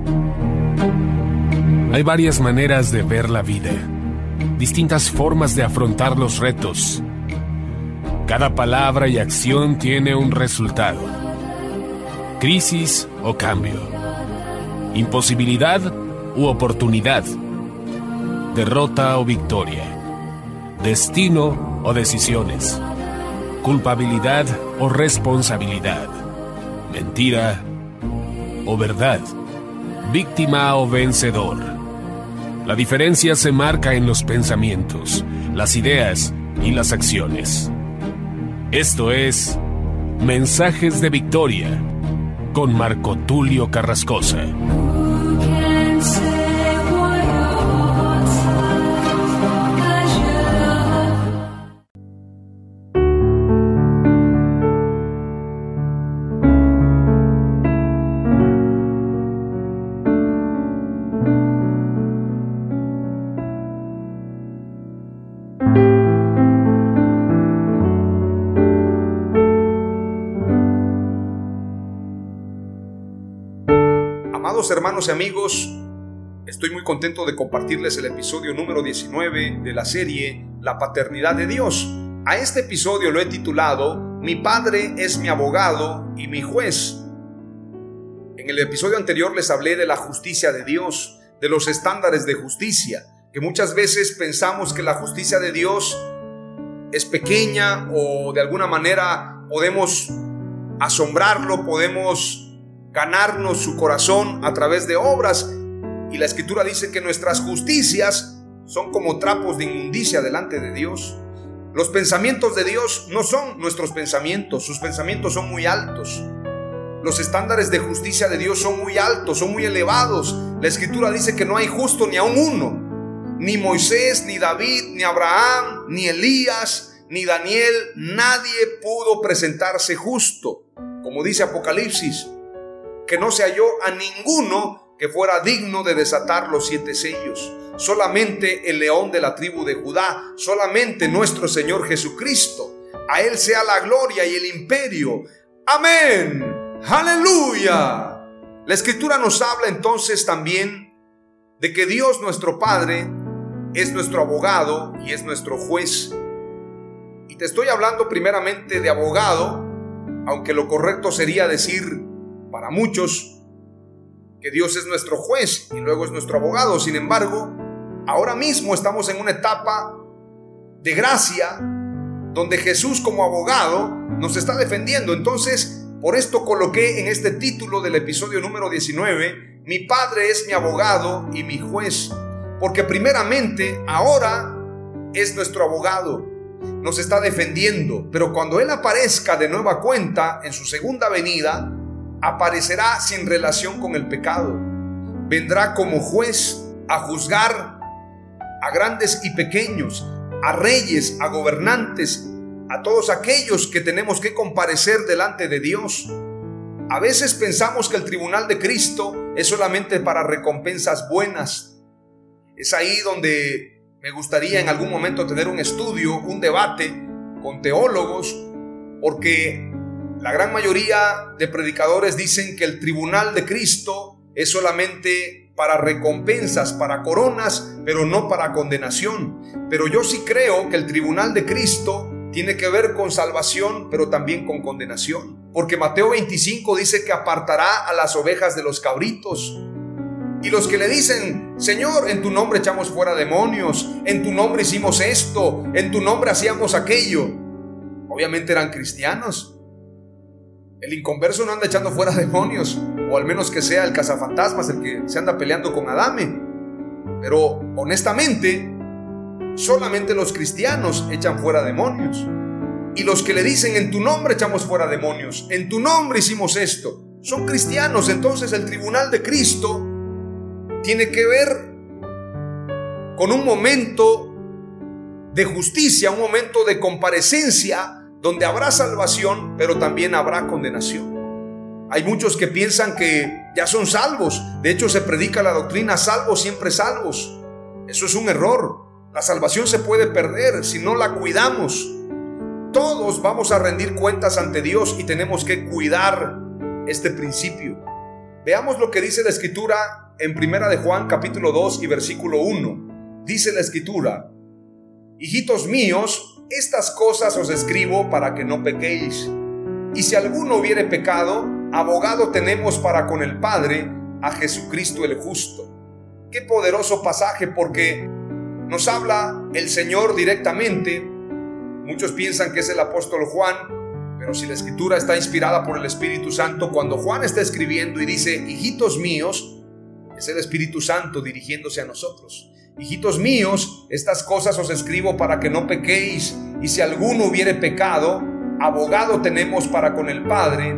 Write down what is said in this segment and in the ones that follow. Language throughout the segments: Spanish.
Hay varias maneras de ver la vida, distintas formas de afrontar los retos. Cada palabra y acción tiene un resultado. Crisis o cambio. Imposibilidad u oportunidad. Derrota o victoria. Destino o decisiones. Culpabilidad o responsabilidad. Mentira o verdad. Víctima o vencedor. La diferencia se marca en los pensamientos, las ideas y las acciones. Esto es Mensajes de Victoria con Marco Tulio Carrascosa. Amados hermanos y amigos, estoy muy contento de compartirles el episodio número 19 de la serie La Paternidad de Dios. A este episodio lo he titulado Mi Padre es mi abogado y mi juez. En el episodio anterior les hablé de la justicia de Dios, de los estándares de justicia, que muchas veces pensamos que la justicia de Dios es pequeña o de alguna manera podemos asombrarlo, podemos ganarnos su corazón a través de obras, y la Escritura dice que nuestras justicias son como trapos de inmundicia delante de Dios. Los pensamientos de Dios no son nuestros pensamientos, sus pensamientos son muy altos. Los estándares de justicia de Dios son muy altos, son muy elevados. La Escritura dice que no hay justo ni aun uno, ni Moisés, ni David, ni Abraham, ni Elías, ni Daniel, nadie pudo presentarse justo. Como dice Apocalipsis, que no se halló a ninguno que fuera digno de desatar los 7 sellos. Solamente el león de la tribu de Judá, solamente nuestro Señor Jesucristo. A Él sea la gloria y el imperio. Amén. Aleluya. La Escritura nos habla entonces también de que Dios nuestro Padre es nuestro abogado y es nuestro juez. Y te estoy hablando primeramente de abogado, aunque lo correcto sería decir para muchos que Dios es nuestro juez y luego es nuestro abogado. Sin embargo, ahora mismo estamos en una etapa de gracia donde Jesús como abogado nos está defendiendo. Entonces, por esto coloqué en este título del episodio número 19, Mi Padre es mi abogado y mi juez, porque primeramente ahora es nuestro abogado, nos está defendiendo, pero cuando Él aparezca de nueva cuenta en su segunda venida, aparecerá sin relación con el pecado. Vendrá como juez a juzgar a grandes y pequeños, a reyes, a gobernantes, a todos aquellos que tenemos que comparecer delante de Dios. A veces pensamos que el tribunal de Cristo es solamente para recompensas buenas. Es ahí donde me gustaría en algún momento tener un estudio, un debate con teólogos, porque la gran mayoría de predicadores dicen que el tribunal de Cristo es solamente para recompensas, para coronas, pero no para condenación. Pero yo sí creo que el tribunal de Cristo tiene que ver con salvación, pero también con condenación. Porque Mateo 25 dice que apartará a las ovejas de los cabritos. Y los que le dicen, Señor, en tu nombre echamos fuera demonios, en tu nombre hicimos esto, en tu nombre hacíamos aquello, obviamente eran cristianos. El inconverso no anda echando fuera demonios, o al menos que sea el cazafantasmas el que se anda peleando con Adame. Pero honestamente, solamente los cristianos echan fuera demonios. Y los que le dicen, en tu nombre echamos fuera demonios, en tu nombre hicimos esto, son cristianos. Entonces el tribunal de Cristo tiene que ver con un momento de justicia, un momento de comparecencia, donde habrá salvación, pero también habrá condenación. Hay muchos que piensan que ya son salvos. De hecho, se predica la doctrina salvos, siempre salvos. Eso es un error. La salvación se puede perder si no la cuidamos. Todos vamos a rendir cuentas ante Dios y tenemos que cuidar este principio. Veamos lo que dice la Escritura en 1 de Juan capítulo 2 y versículo 1. Dice la Escritura: hijitos míos, estas cosas os escribo para que no pequéis. Y si alguno hubiere pecado, abogado tenemos para con el Padre, a Jesucristo el justo. Qué poderoso pasaje, porque nos habla el Señor directamente. Muchos piensan que es el apóstol Juan, pero si la Escritura está inspirada por el Espíritu Santo, cuando Juan está escribiendo y dice hijitos míos, es el Espíritu Santo dirigiéndose a nosotros. Hijitos míos, estas cosas os escribo para que no pequéis, y si alguno hubiere pecado, abogado tenemos para con el Padre,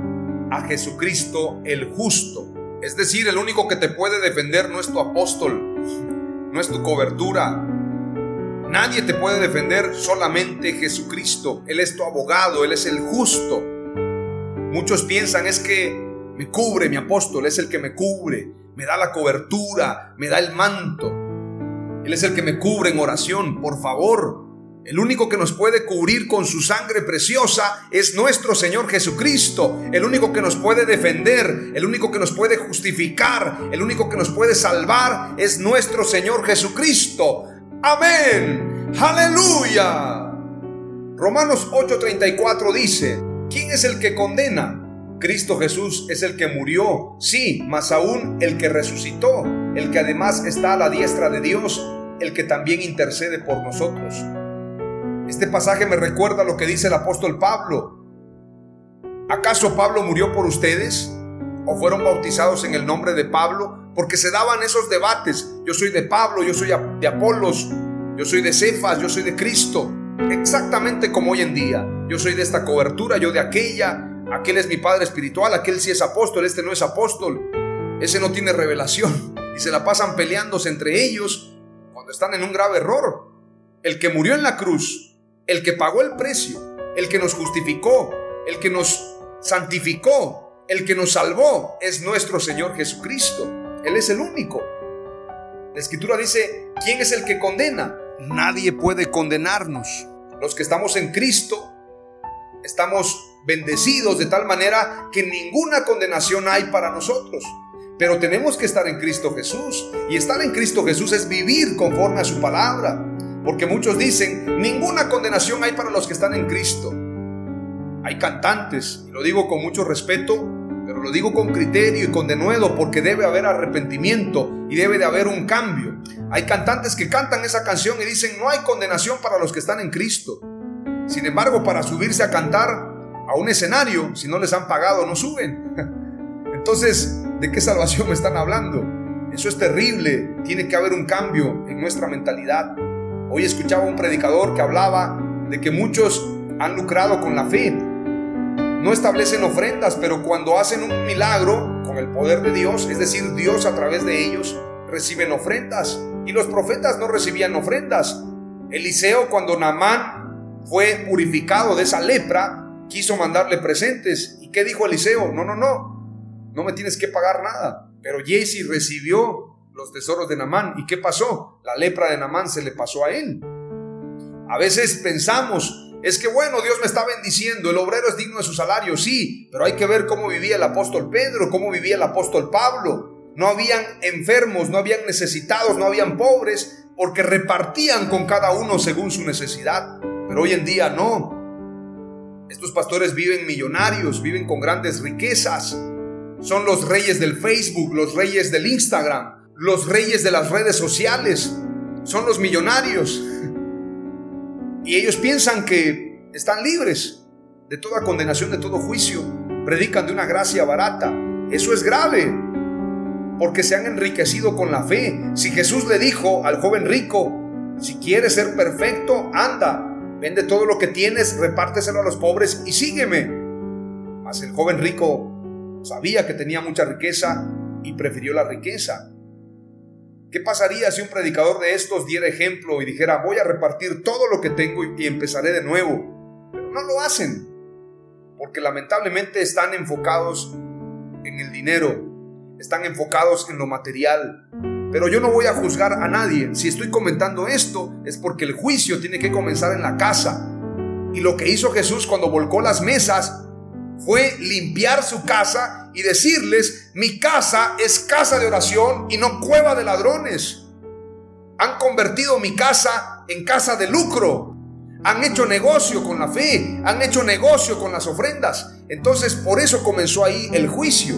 a Jesucristo el justo. Es decir, el único que te puede defender no es tu apóstol, no es tu cobertura. Nadie te puede defender, solamente Jesucristo. Él es tu abogado, Él es el justo. Muchos piensan, es que me cubre mi apóstol, es el que me cubre, me da la cobertura, me da el manto. Él es el que me cubre en oración. Por favor, el único que nos puede cubrir con su sangre preciosa es nuestro Señor Jesucristo. El único que nos puede defender, el único que nos puede justificar, el único que nos puede salvar es nuestro Señor Jesucristo. Amén. Aleluya. Romanos 8:34 dice: ¿quién es el que condena? Cristo Jesús es el que murió, sí, mas aún el que resucitó, el que además está a la diestra de Dios, el que también intercede por nosotros. Este pasaje me recuerda lo que dice el apóstol Pablo. ¿Acaso Pablo murió por ustedes? ¿O fueron bautizados en el nombre de Pablo? Porque se daban esos debates. Yo soy de Pablo, yo soy de Apolos, yo soy de Cefas, yo soy de Cristo. Exactamente como hoy en día. Yo soy de esta cobertura, yo de aquella. Aquel es mi padre espiritual, aquel sí es apóstol, este no es apóstol. Ese no tiene revelación. Y se la pasan peleándose entre ellos cuando están en un grave error. El que murió en la cruz, el que pagó el precio, el que nos justificó, el que nos santificó, el que nos salvó, es nuestro Señor Jesucristo. Él es el único. La Escritura dice: ¿quién es el que condena? Nadie puede condenarnos. Los que estamos en Cristo estamos bendecidos de tal manera que ninguna condenación hay para nosotros. Pero tenemos que estar en Cristo Jesús, y estar en Cristo Jesús es vivir conforme a su palabra. Porque muchos dicen: ninguna condenación hay para los que están en Cristo. Hay cantantes, y lo digo con mucho respeto, pero lo digo con criterio y con denuedo, porque debe haber arrepentimiento y debe de haber un cambio. Hay cantantes que cantan esa canción y dicen: no hay condenación para los que están en Cristo. Sin embargo, para subirse a cantar a un escenario, si no les han pagado, no suben. Entonces, ¿de qué salvación me están hablando? Eso es terrible. Tiene que haber un cambio en nuestra mentalidad. Hoy escuchaba un predicador que hablaba de que muchos han lucrado con la fe. No establecen ofrendas, pero cuando hacen un milagro con el poder de Dios, es decir, Dios a través de ellos, reciben ofrendas. Y los profetas no recibían ofrendas. Eliseo, cuando Naamán fue purificado de esa lepra, quiso mandarle presentes. ¿Y qué dijo Eliseo? No me tienes que pagar nada. Pero Giezi recibió los tesoros de Naamán. ¿Y qué pasó? La lepra de Naamán se le pasó a él. A veces pensamos: es que bueno, Dios me está bendiciendo, el obrero es digno de su salario. Sí, pero hay que ver cómo vivía el apóstol Pedro, cómo vivía el apóstol Pablo. No habían enfermos, no habían necesitados, no habían pobres, porque repartían con cada uno según su necesidad. Pero hoy en día no. Estos pastores viven millonarios, viven con grandes riquezas. Son los reyes del Facebook, los reyes del Instagram, los reyes de las redes sociales. Son los millonarios. Y ellos piensan que están libres de toda condenación, de todo juicio. Predican de una gracia barata. Eso es grave, porque se han enriquecido con la fe. Si Jesús le dijo al joven rico: si quieres ser perfecto, anda, vende todo lo que tienes, repárteselo a los pobres y sígueme. Mas el joven rico sabía que tenía mucha riqueza y prefirió la riqueza. ¿Qué pasaría si un predicador de estos diera ejemplo y dijera: voy a repartir todo lo que tengo y empezaré de nuevo? Pero no lo hacen, porque lamentablemente están enfocados en el dinero, están enfocados en lo material. Pero yo no voy a juzgar a nadie. Si estoy comentando esto es porque el juicio tiene que comenzar en la casa. Y lo que hizo Jesús cuando volcó las mesas fue limpiar su casa y decirles: mi casa es casa de oración y no cueva de ladrones. Han convertido mi casa en casa de lucro. Han hecho negocio con la fe, han hecho negocio con las ofrendas. Entonces, por eso comenzó ahí el juicio.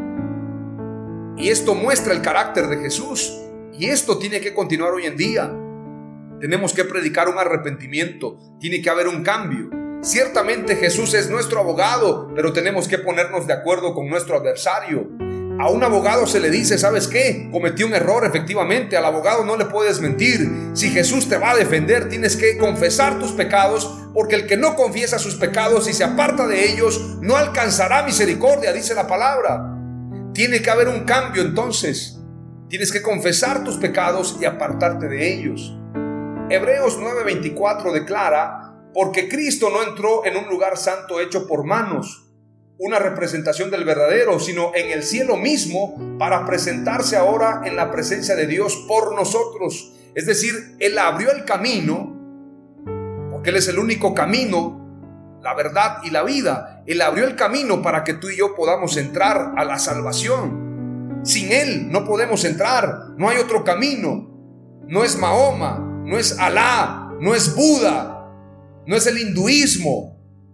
Y esto muestra el carácter de Jesús. Y esto tiene que continuar hoy en día. Tenemos que predicar un arrepentimiento. Tiene que haber un cambio. Ciertamente Jesús es nuestro abogado, pero tenemos que ponernos de acuerdo con nuestro adversario. A un abogado se le dice: ¿sabes qué? Cometí un error, efectivamente. Al abogado no le puedes mentir. Si Jesús te va a defender, tienes que confesar tus pecados, porque el que no confiesa sus pecados y se aparta de ellos no alcanzará misericordia, dice la palabra. Tiene que haber un cambio entonces. Tienes que confesar tus pecados y apartarte de ellos. Hebreos 9:24 declara: porque Cristo no entró en un lugar santo hecho por manos, una representación del verdadero, sino en el cielo mismo, para presentarse ahora en la presencia de Dios por nosotros. Es decir, Él abrió el camino, porque Él es el único camino, la verdad y la vida. Él abrió el camino para que tú y yo podamos entrar a la salvación. Sin Él no podemos entrar, no hay otro camino. No es Mahoma, no es Alá, no es Buda, no es el hinduismo.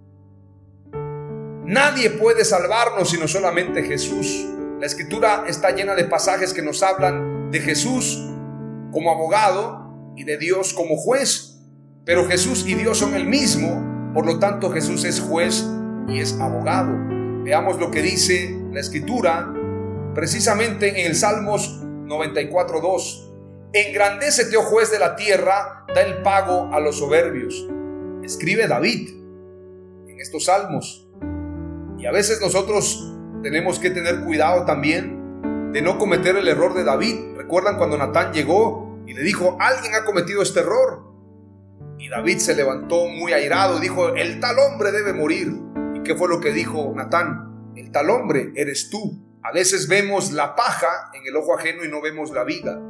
Nadie puede salvarnos sino solamente Jesús. La Escritura está llena de pasajes que nos hablan de Jesús como abogado y de Dios como juez. Pero Jesús y Dios son el mismo, por lo tanto Jesús es juez y es abogado. Veamos lo que dice la Escritura precisamente en el Salmos 94:2. Engrandécete, oh juez de la tierra, da el pago a los soberbios. Escribe David en estos salmos. Y a veces nosotros tenemos que tener cuidado también de no cometer el error de David. ¿Recuerdan cuando Natán llegó y le dijo: alguien ha cometido este error? Y David se levantó muy airado y dijo: el tal hombre debe morir. ¿Y qué fue lo que dijo Natán? El tal hombre eres tú. A veces vemos la paja en el ojo ajeno y no vemos la viga.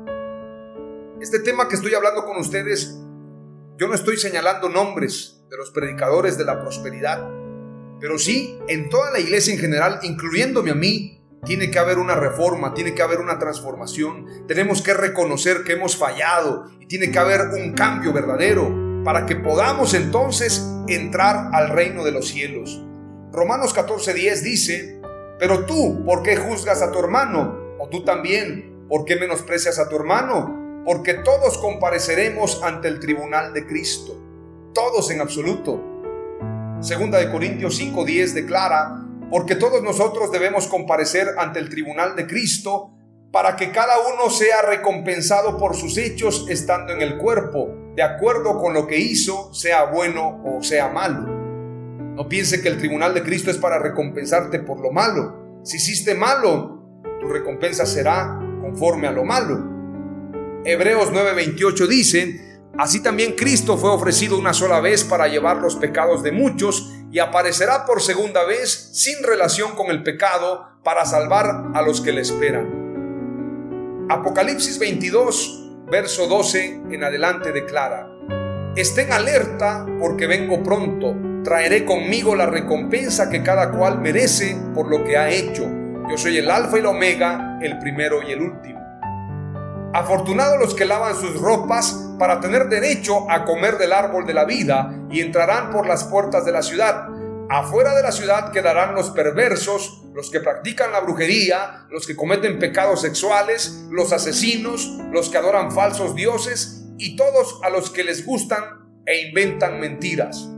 Este tema que estoy hablando con ustedes, yo no estoy señalando nombres de los predicadores de la prosperidad, pero sí, en toda la iglesia en general, incluyéndome a mí, tiene que haber una reforma, tiene que haber una transformación. Tenemos que reconocer que hemos fallado y tiene que haber un cambio verdadero para que podamos entonces entrar al reino de los cielos. Romanos 14:10 dice: pero tú, ¿por qué juzgas a tu hermano? O tú también, ¿por qué menosprecias a tu hermano? Porque todos compareceremos ante el tribunal de Cristo. Todos en absoluto. Segunda de Corintios 5:10 declara: porque todos nosotros debemos comparecer ante el tribunal de Cristo, para que cada uno sea recompensado por sus hechos estando en el cuerpo, de acuerdo con lo que hizo, sea bueno o sea malo. No piense que el tribunal de Cristo es para recompensarte por lo malo. Si hiciste malo, tu recompensa será conforme a lo malo. Hebreos 9:28 dice: así también Cristo fue ofrecido una sola vez para llevar los pecados de muchos y aparecerá por segunda vez sin relación con el pecado para salvar a los que le esperan. Apocalipsis 22, verso 12 en adelante declara: estén alerta porque vengo pronto, traeré conmigo la recompensa que cada cual merece por lo que ha hecho. Yo soy el Alfa y el Omega, el primero y el último. Afortunados los que lavan sus ropas para tener derecho a comer del árbol de la vida y entrarán por las puertas de la ciudad. Afuera de la ciudad quedarán los perversos, los que practican la brujería, los que cometen pecados sexuales, los asesinos, los que adoran falsos dioses y todos a los que les gustan e inventan mentiras.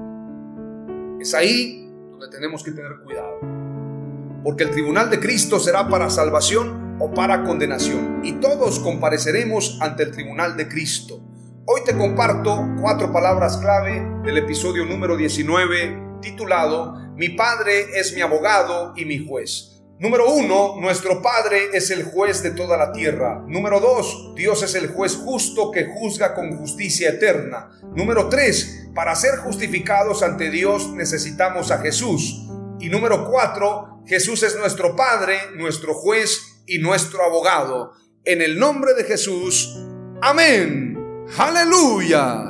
Es ahí donde tenemos que tener cuidado, porque el tribunal de Cristo será para salvación o para condenación, y todos compareceremos ante el tribunal de Cristo. Hoy te comparto 4 palabras clave del episodio número 19, titulado: Mi Padre es mi abogado y mi juez. Número 1, nuestro Padre es el juez de toda la tierra. Número 2, Dios es el juez justo que juzga con justicia eterna. Número 3, para ser justificados ante Dios necesitamos a Jesús. Y número 4, Jesús es nuestro Padre, nuestro juez y nuestro abogado. En el nombre de Jesús, amén. ¡Aleluya!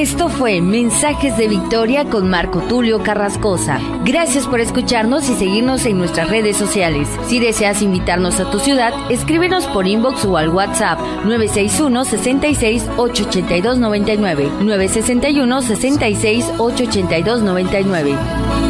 Esto fue Mensajes de Victoria con Marco Tulio Carrascosa. Gracias por escucharnos y seguirnos en nuestras redes sociales. Si deseas invitarnos a tu ciudad, escríbenos por inbox o al WhatsApp 961-66-882-99, 961-66-882-99.